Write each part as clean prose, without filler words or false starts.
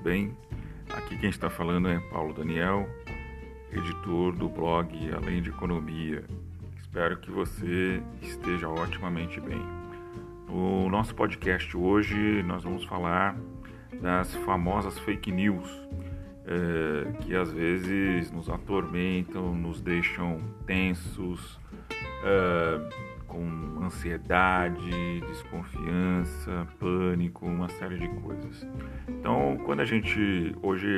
bem? Aqui quem está falando é Paulo Daniel, editor do blog Além de Economia. Espero que você esteja otimamente bem. No nosso podcast hoje nós vamos falar das famosas fake news, que às vezes nos atormentam, nos deixam tensos, com ansiedade, desconfiança, pânico, uma série de coisas. Então, quando a gente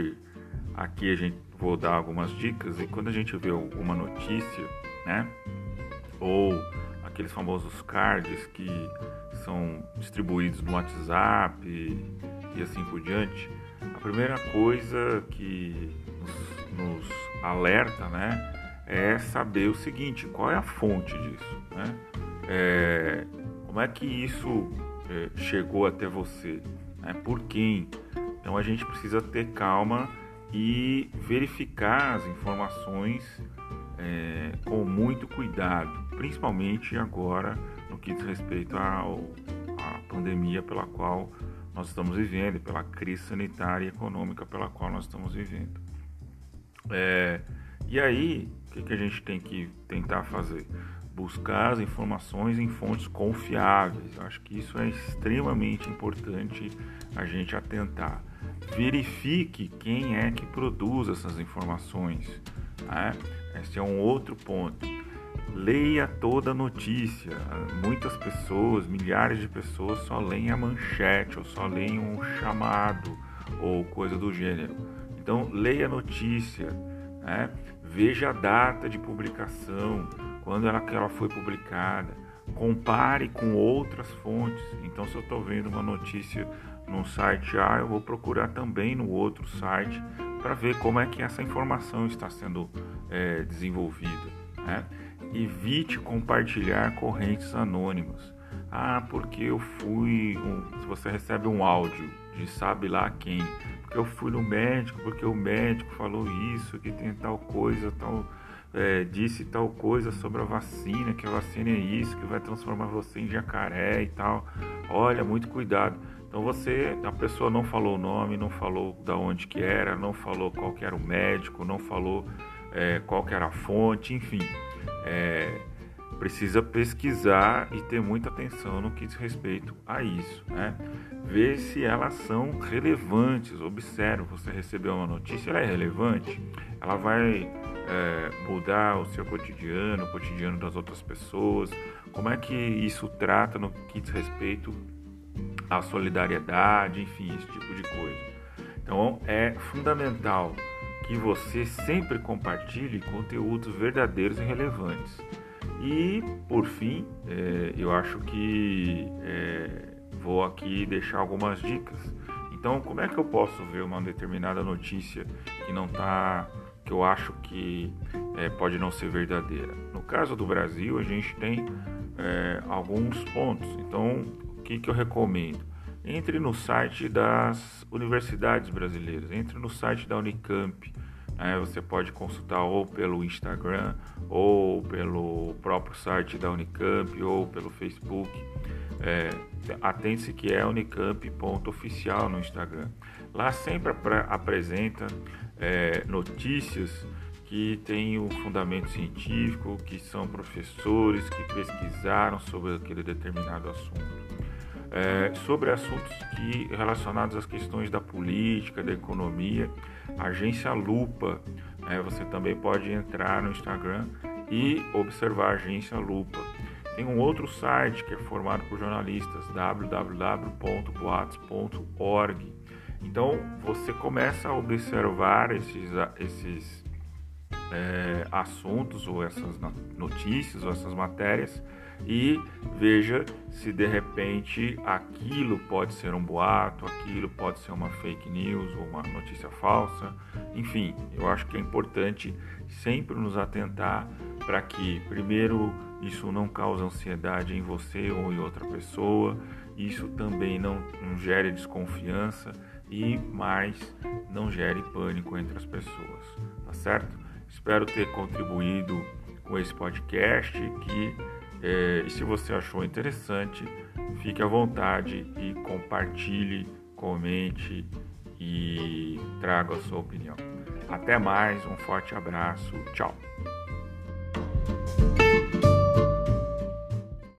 vou dar algumas dicas, e quando a gente vê alguma notícia, né, ou aqueles famosos cards que são distribuídos no WhatsApp e assim por diante, a primeira coisa que nos alerta, né, é saber o seguinte: qual é a fonte disso, né? Como é que isso chegou até você, né? Por quem? Então a gente precisa ter calma e verificar as informações com muito cuidado, principalmente agora no que diz respeito à pandemia pela qual nós estamos vivendo, pela crise sanitária e econômica pela qual nós estamos vivendo. E aí, o que a gente tem que tentar fazer? Buscar as informações em fontes confiáveis. Eu acho que isso é extremamente importante a gente atentar. Verifique quem é que produz essas informações, né? Esse é um outro ponto. Leia toda a notícia. Muitas pessoas, milhares de pessoas, só leem a manchete ou só leem um chamado ou coisa do gênero. Então, leia a notícia, né? Veja a data de publicação, quando ela foi publicada, compare com outras fontes. Então, se eu estou vendo uma notícia num site A, eu vou procurar também no outro site para ver como é que essa informação está sendo desenvolvida, né? Evite compartilhar correntes anônimas. Porque eu se você recebe um áudio de sabe lá quem, porque eu fui no médico, porque o médico falou isso, que tem tal coisa, disse tal coisa sobre a vacina, que a vacina é isso, que vai transformar você em jacaré e tal. Olha, muito cuidado. Então a pessoa não falou o nome, não falou da onde que era, não falou qual que era o médico, não falou qual que era a fonte, enfim. Precisa pesquisar e ter muita atenção no que diz respeito a isso, né? Ver se elas são relevantes. Observe, você recebeu uma notícia, ela é relevante? Ela vai mudar o seu cotidiano, o cotidiano das outras pessoas? Como é que isso trata no que diz respeito à solidariedade, enfim, esse tipo de coisa. Então, é fundamental que você sempre compartilhe conteúdos verdadeiros e relevantes. E, por fim, eu acho que vou aqui deixar algumas dicas. Então, como é que eu posso ver uma determinada notícia que eu acho que pode não ser verdadeira? No caso do Brasil, a gente tem alguns pontos. Então, o que eu recomendo? Entre no site das universidades brasileiras, entre no site da Unicamp. Você pode consultar ou pelo Instagram, ou pelo próprio site da Unicamp, ou pelo Facebook. Atente-se que é unicamp.oficial no Instagram. Lá sempre apresenta notícias que têm um fundamento científico, que são professores que pesquisaram sobre aquele determinado assunto. Sobre assuntos relacionados às questões da política, da economia, a Agência Lupa. Você também pode entrar no Instagram e observar a Agência Lupa. Tem um outro site que é formado por jornalistas, www.boatos.org. Então você começa a observar esses assuntos, ou essas notícias, ou essas matérias, e veja se de repente aquilo pode ser um boato, aquilo pode ser uma fake news ou uma notícia falsa. Enfim, eu acho que é importante sempre nos atentar para que, primeiro, isso não cause ansiedade em você ou em outra pessoa, isso também não gere desconfiança e mais não gere pânico entre as pessoas, tá certo? Espero ter contribuído com esse podcast e se você achou interessante, fique à vontade e compartilhe, comente e trago a sua opinião. Até mais, um forte abraço, tchau!